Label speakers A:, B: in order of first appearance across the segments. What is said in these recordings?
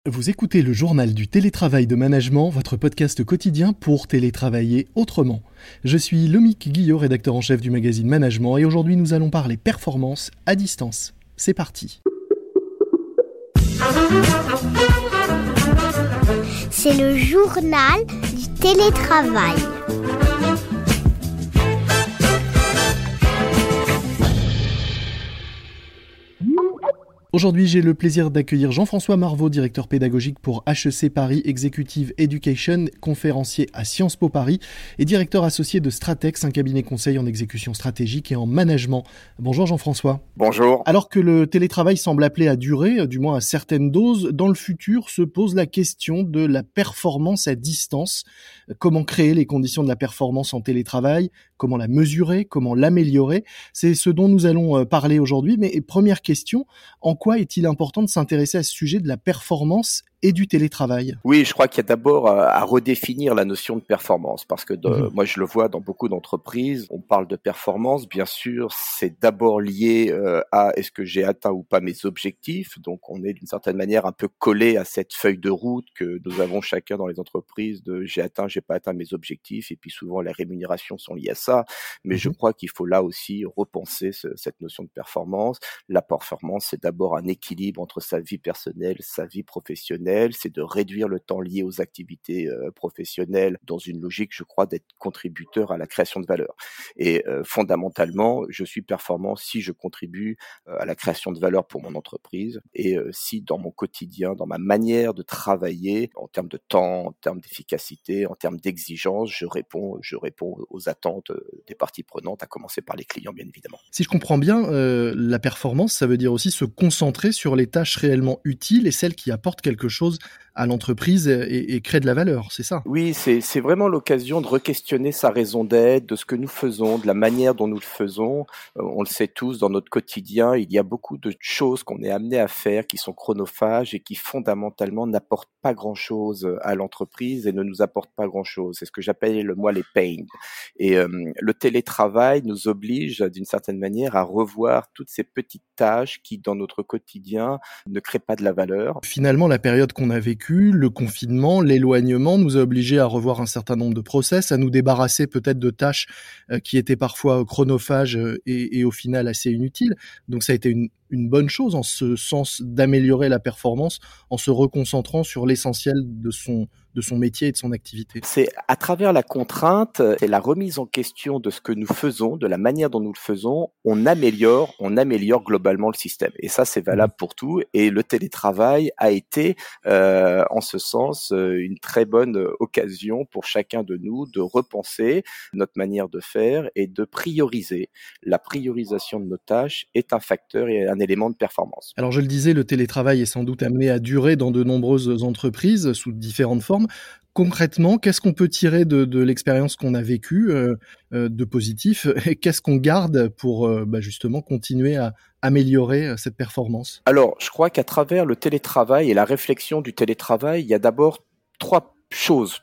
A: Vous écoutez le journal du télétravail de management, votre podcast quotidien pour télétravailler autrement. Je suis Lomique Guillot, rédacteur en chef du magazine Management, et aujourd'hui nous allons parler performance à distance. C'est parti.
B: C'est le journal du télétravail.
A: Aujourd'hui, j'ai le plaisir d'accueillir Jean-François Marvaux, directeur pédagogique pour HEC Paris Executive Education, conférencier à Sciences Po Paris et directeur associé de Stratex, un cabinet conseil en exécution stratégique et en management. Bonjour Jean-François.
C: Bonjour.
A: Alors que le télétravail semble appelé à durer, du moins à certaines doses, dans le futur se pose la question de la performance à distance. Comment créer les conditions de la performance en télétravail ? Comment la mesurer ? Comment l'améliorer ? C'est ce dont nous allons parler aujourd'hui. Mais première question, en quoi est-il important de s'intéresser à ce sujet de la performance et du télétravail ?
C: Oui, je crois qu'il y a d'abord à redéfinir la notion de performance parce que moi je le vois dans beaucoup d'entreprises, on parle de performance, bien sûr, c'est d'abord lié à est-ce que j'ai atteint ou pas mes objectifs, donc on est d'une certaine manière un peu collé à cette feuille de route que nous avons chacun dans les entreprises de j'ai atteint, j'ai pas atteint mes objectifs et puis souvent les rémunérations sont liées à ça, mais je crois qu'il faut là aussi repenser cette notion de performance. La performance, c'est d'abord un équilibre entre sa vie personnelle, sa vie professionnelle, c'est de réduire le temps lié aux activités professionnelles dans une logique, je crois, d'être contributeur à la création de valeur. Et fondamentalement, je suis performant si je contribue à la création de valeur pour mon entreprise et si dans mon quotidien, dans ma manière de travailler, en termes de temps, en termes d'efficacité, en termes d'exigence, je réponds aux attentes des parties prenantes, à commencer par les clients, bien évidemment.
A: Si je comprends bien, la performance, ça veut dire aussi se concentrer sur les tâches réellement utiles et celles qui apportent quelque chose à l'entreprise et créent de la valeur, c'est ça ?
C: Oui, c'est vraiment l'occasion de re-questionner sa raison d'être, de ce que nous faisons, de la manière dont nous le faisons. On le sait tous, dans notre quotidien, il y a beaucoup de choses qu'on est amené à faire qui sont chronophages et qui fondamentalement n'apportent pas grand-chose à l'entreprise et ne nous apportent pas grand-chose. C'est ce que j'appelle moi les pains. Et le télétravail nous oblige d'une certaine manière à revoir toutes ces petites tâches qui, dans notre quotidien, ne créent pas de la valeur.
A: Finalement, la période qu'on a vécue, le confinement, l'éloignement, nous a obligés à revoir un certain nombre de process, à nous débarrasser peut-être de tâches qui étaient parfois chronophages et au final assez inutiles. Donc ça a été une bonne chose en ce sens d'améliorer la performance en se reconcentrant sur l'essentiel de son métier et de son activité.
C: C'est à travers la contrainte et la remise en question de ce que nous faisons, de la manière dont nous le faisons, on améliore globalement le système. Et ça, c'est valable pour tout. Et le télétravail a été, en ce sens, une très bonne occasion pour chacun de nous de repenser notre manière de faire et de prioriser. La priorisation de nos tâches est un facteur et un élément de performance.
A: Alors je le disais, le télétravail est sans doute amené à durer dans de nombreuses entreprises sous différentes formes. Concrètement, qu'est-ce qu'on peut tirer de l'expérience qu'on a vécue de positif et qu'est-ce qu'on garde pour justement continuer à améliorer cette performance ?
C: Alors, je crois qu'à travers le télétravail et la réflexion du télétravail, il y a d'abord trois choses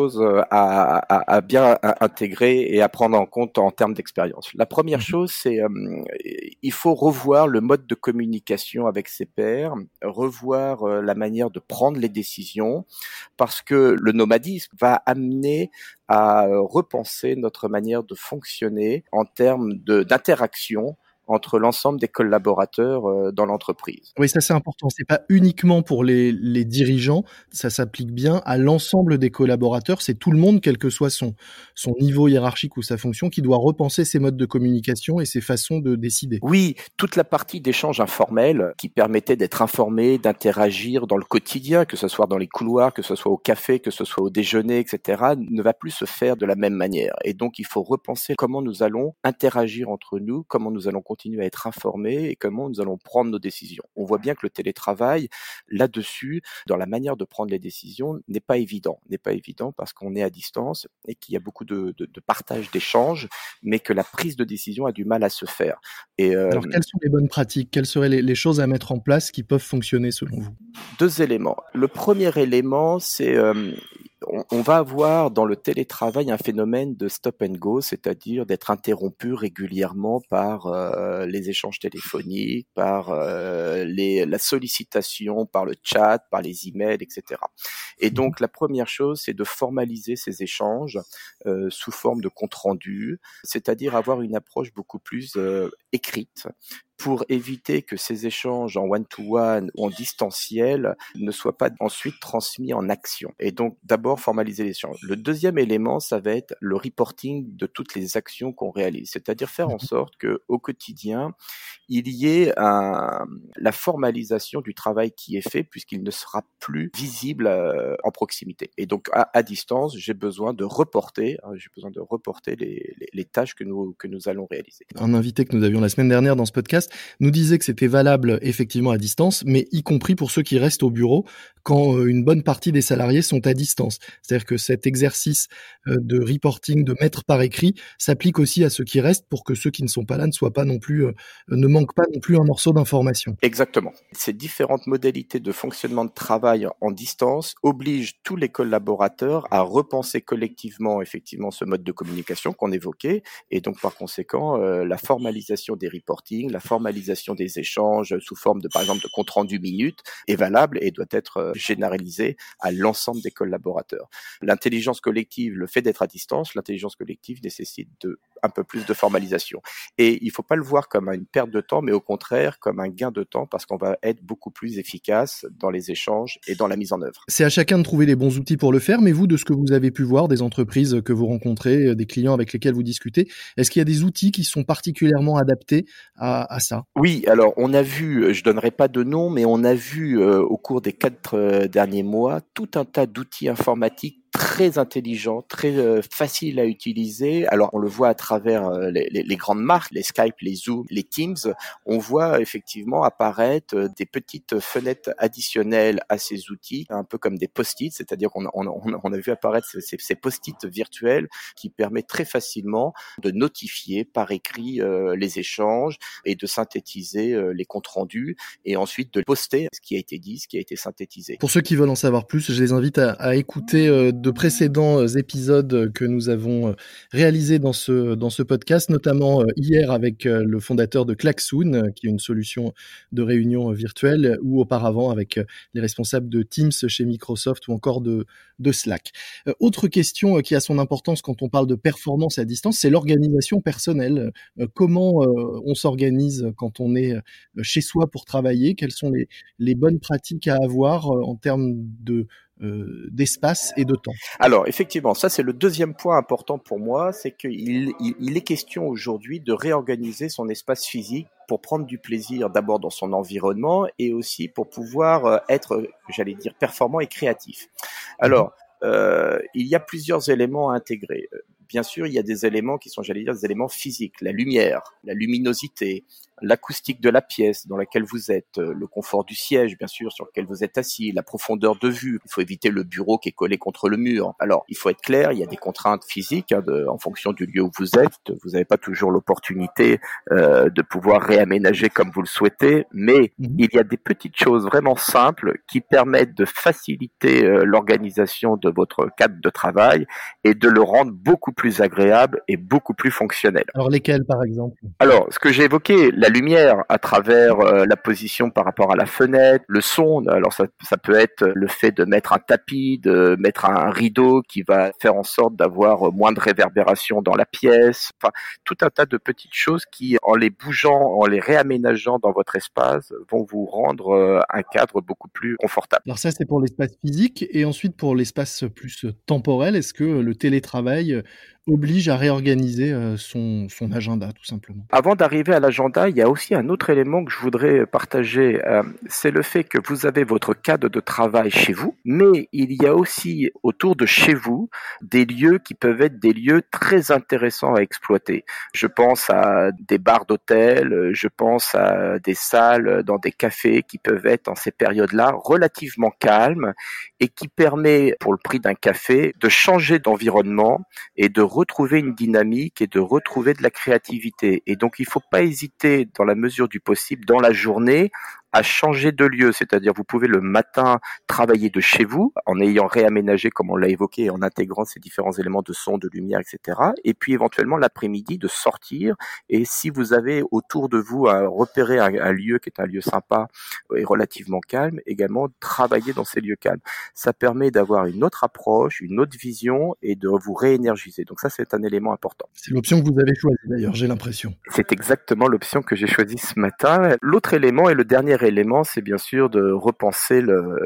C: à bien intégrer et à prendre en compte en termes d'expérience. La première chose, c'est il faut revoir le mode de communication avec ses pairs, revoir la manière de prendre les décisions, parce que le nomadisme va amener à repenser notre manière de fonctionner en termes d'interaction entre l'ensemble des collaborateurs dans l'entreprise.
A: Oui, ça c'est important. C'est pas uniquement pour les dirigeants, ça s'applique bien à l'ensemble des collaborateurs. C'est tout le monde, quel que soit son niveau hiérarchique ou sa fonction, qui doit repenser ses modes de communication et ses façons de décider.
C: Oui, toute la partie d'échange informel qui permettait d'être informé, d'interagir dans le quotidien, que ce soit dans les couloirs, que ce soit au café, que ce soit au déjeuner, etc., ne va plus se faire de la même manière. Et donc, il faut repenser comment nous allons interagir entre nous, comment nous allons continuer à être informés et comment nous allons prendre nos décisions. On voit bien que le télétravail, là-dessus, dans la manière de prendre les décisions, n'est pas évident parce qu'on est à distance et qu'il y a beaucoup de partage, d'échanges, mais que la prise de décision a du mal à se faire.
A: Alors, quelles sont les bonnes pratiques ? Quelles seraient les choses à mettre en place qui peuvent fonctionner selon vous ?
C: 2 éléments. Le premier élément, c'est on va avoir dans le télétravail un phénomène de stop and go, c'est-à-dire d'être interrompu régulièrement par les échanges téléphoniques, par la sollicitation, par le chat, par les emails, etc. Et donc la première chose, c'est de formaliser ces échanges sous forme de compte rendu, c'est-à-dire avoir une approche beaucoup plus écrite, pour éviter que ces échanges en one-to-one ou en distanciel ne soient pas ensuite transmis en action. Et donc, d'abord, formaliser les échanges. Le deuxième élément, ça va être le reporting de toutes les actions qu'on réalise, c'est-à-dire faire en sorte qu'au quotidien, il y ait la formalisation du travail qui est fait, puisqu'il ne sera plus visible en proximité. Et donc, à distance, j'ai besoin de reporter les tâches que nous allons réaliser.
A: Un invité que nous avions la semaine dernière dans ce podcast nous disait que c'était valable effectivement à distance, mais y compris pour ceux qui restent au bureau quand une bonne partie des salariés sont à distance. C'est-à-dire que cet exercice de reporting, de mettre par écrit, s'applique aussi à ceux qui restent pour que ceux qui ne sont pas là ne manquent pas non plus un morceau d'information.
C: Exactement. Ces différentes modalités de fonctionnement de travail en distance obligent tous les collaborateurs à repenser collectivement effectivement ce mode de communication qu'on évoquait, et donc par conséquent la formalisation des reportings, la formalisation des échanges sous forme de, par exemple, de compte rendu minute est valable et doit être généralisée à l'ensemble des collaborateurs. L'intelligence collective, le fait d'être à distance, l'intelligence collective nécessite un peu plus de formalisation. Et il ne faut pas le voir comme une perte de temps, mais au contraire comme un gain de temps, parce qu'on va être beaucoup plus efficace dans les échanges et dans la mise en œuvre.
A: C'est à chacun de trouver les bons outils pour le faire, mais vous, de ce que vous avez pu voir, des entreprises que vous rencontrez, des clients avec lesquels vous discutez, est-ce qu'il y a des outils qui sont particulièrement adaptés à ça?
C: Oui, alors on a vu, je donnerai pas de nom, mais on a vu au cours des 4 derniers mois tout un tas d'outils informatiques très intelligent, très facile à utiliser. Alors on le voit à travers les grandes marques, les Skype, les Zoom, les Teams. On voit effectivement apparaître des petites fenêtres additionnelles à ces outils, un peu comme des post-it, c'est-à-dire qu'on a vu apparaître ces post-it virtuels qui permettent très facilement de notifier par écrit les échanges et de synthétiser les comptes rendus et ensuite de poster ce qui a été dit, ce qui a été synthétisé.
A: Pour ceux qui veulent en savoir plus, je les invite à écouter de précédents épisodes que nous avons réalisés dans ce podcast, notamment hier avec le fondateur de Klaxoon, qui est une solution de réunion virtuelle, ou auparavant avec les responsables de Teams chez Microsoft ou encore de Slack. Autre question qui a son importance quand on parle de performance à distance, c'est l'organisation personnelle. Comment on s'organise quand on est chez soi pour travailler? Quelles sont les bonnes pratiques à avoir en termes d'espace et de temps?
C: Alors effectivement, ça c'est le deuxième point important pour moi, c'est qu'il est question aujourd'hui de réorganiser son espace physique pour prendre du plaisir d'abord dans son environnement et aussi pour pouvoir être, j'allais dire, performant et créatif. Alors, il y a plusieurs éléments à intégrer. Bien sûr, il y a des éléments qui sont, j'allais dire, des éléments physiques, la lumière, la luminosité, l'acoustique de la pièce dans laquelle vous êtes, le confort du siège, bien sûr, sur lequel vous êtes assis, la profondeur de vue. Il faut éviter le bureau qui est collé contre le mur. Alors, il faut être clair, il y a des contraintes physiques en fonction du lieu où vous êtes. Vous n'avez pas toujours l'opportunité de pouvoir réaménager comme vous le souhaitez, mais il y a des petites choses vraiment simples qui permettent de faciliter l'organisation de votre cadre de travail et de le rendre beaucoup plus agréable et beaucoup plus fonctionnel.
A: Alors lesquelles, par exemple?
C: Alors, ce que j'ai évoqué, la lumière à travers la position par rapport à la fenêtre, le son, alors ça peut être le fait de mettre un tapis, de mettre un rideau qui va faire en sorte d'avoir moins de réverbération dans la pièce, enfin tout un tas de petites choses qui, en les bougeant, en les réaménageant dans votre espace, vont vous rendre un cadre beaucoup plus confortable.
A: Alors ça, c'est pour l'espace physique, et ensuite pour l'espace plus temporel, est-ce que le télétravail oblige à réorganiser son agenda, tout simplement?
C: Avant d'arriver à l'agenda, il y a aussi un autre élément que je voudrais partager, c'est le fait que vous avez votre cadre de travail chez vous, mais il y a aussi autour de chez vous des lieux qui peuvent être des lieux très intéressants à exploiter. Je pense à des bars d'hôtel, je pense à des salles dans des cafés qui peuvent être en ces périodes-là relativement calmes et qui permet, pour le prix d'un café, de changer d'environnement et de retrouver une dynamique et de retrouver de la créativité. Et donc, il ne faut pas hésiter, dans la mesure du possible, dans la journée, à changer de lieu, c'est-à-dire vous pouvez le matin travailler de chez vous en ayant réaménagé, comme on l'a évoqué, en intégrant ces différents éléments de son, de lumière, etc. Et puis éventuellement l'après-midi de sortir, et si vous avez autour de vous à repérer un lieu qui est un lieu sympa et relativement calme, également travailler dans ces lieux calmes. Ça permet d'avoir une autre approche, une autre vision et de vous réénergiser. Donc ça, c'est un élément important.
A: C'est l'option que vous avez choisie d'ailleurs, j'ai l'impression.
C: C'est exactement l'option que j'ai choisie ce matin. L'autre élément et le dernier élément, c'est bien sûr de repenser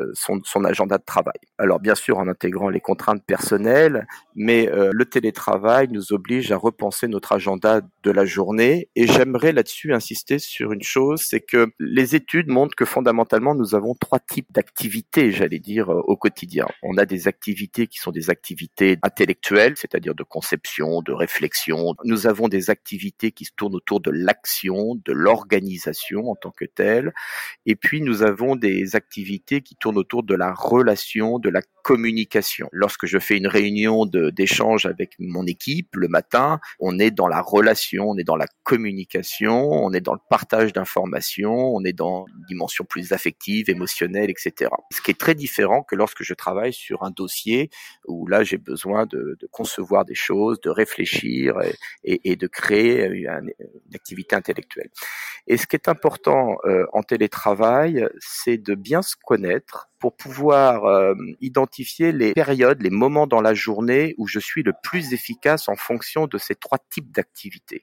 C: son agenda de travail. Alors bien sûr en intégrant les contraintes personnelles, mais le télétravail nous oblige à repenser notre agenda de la journée. Et j'aimerais là-dessus insister sur une chose, c'est que les études montrent que fondamentalement nous avons 3 types d'activités, j'allais dire, au quotidien. On a des activités qui sont des activités intellectuelles, c'est-à-dire de conception, de réflexion. Nous avons des activités qui se tournent autour de l'action, de l'organisation en tant que telle. Et puis nous avons des activités qui tournent autour de la relation, de la communication. Lorsque je fais une réunion d'échange avec mon équipe le matin, on est dans la relation, on est dans la communication, on est dans le partage d'informations, on est dans une dimension plus affective, émotionnelle, etc. Ce qui est très différent que lorsque je travaille sur un dossier où là j'ai besoin de concevoir des choses, de réfléchir et de créer une activité intellectuelle. Et ce qui est important en télétravail, c'est de bien se connaître pour pouvoir identifier les périodes, les moments dans la journée où je suis le plus efficace en fonction de ces 3 types d'activités.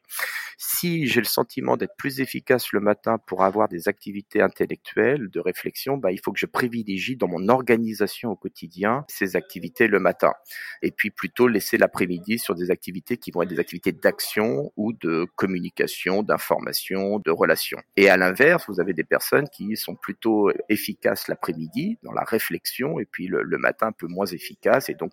C: Si j'ai le sentiment d'être plus efficace le matin pour avoir des activités intellectuelles, de réflexion, il faut que je privilégie dans mon organisation au quotidien ces activités le matin. Et puis plutôt laisser l'après-midi sur des activités qui vont être des activités d'action ou de communication, d'information, de relation. Et à l'inverse, vous avez des personnes qui sont plutôt efficaces l'après-midi dans la réflexion et puis le matin un peu moins efficace. Et donc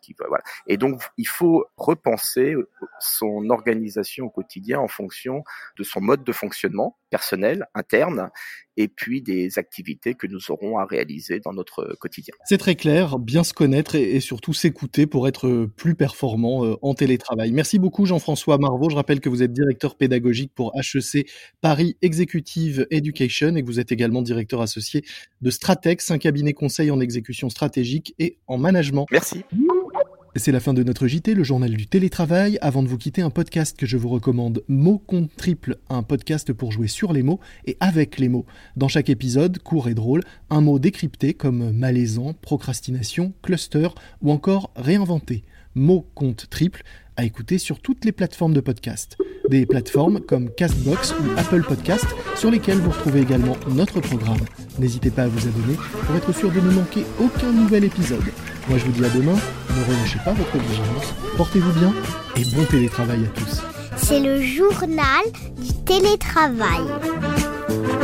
C: il faut repenser son organisation au quotidien en fonction de son mode de fonctionnement personnel, interne, et puis des activités que nous aurons à réaliser dans notre quotidien.
A: C'est très clair, bien se connaître et surtout s'écouter pour être plus performant en télétravail. Merci beaucoup Jean-François Marvaux. Je rappelle que vous êtes directeur pédagogique pour HEC Paris Executive Education et que vous êtes également directeur associé de Stratex, un cabinet conseil en exécution stratégique et en management.
C: Merci.
A: C'est la fin de notre JT, le journal du télétravail. Avant de vous quitter, un podcast que je vous recommande, Mots compte triple, un podcast pour jouer sur les mots et avec les mots. Dans chaque épisode, court et drôle, un mot décrypté comme malaisant, procrastination, cluster ou encore réinventé. Mots compte triple, à écouter sur toutes les plateformes de podcast. Des plateformes comme Castbox ou Apple Podcast, sur lesquelles vous retrouvez également notre programme. N'hésitez pas à vous abonner pour être sûr de ne manquer aucun nouvel épisode. Moi je vous dis à demain, ne relâchez pas votre vigilance, portez-vous bien et bon télétravail à tous.
B: C'est le journal du télétravail.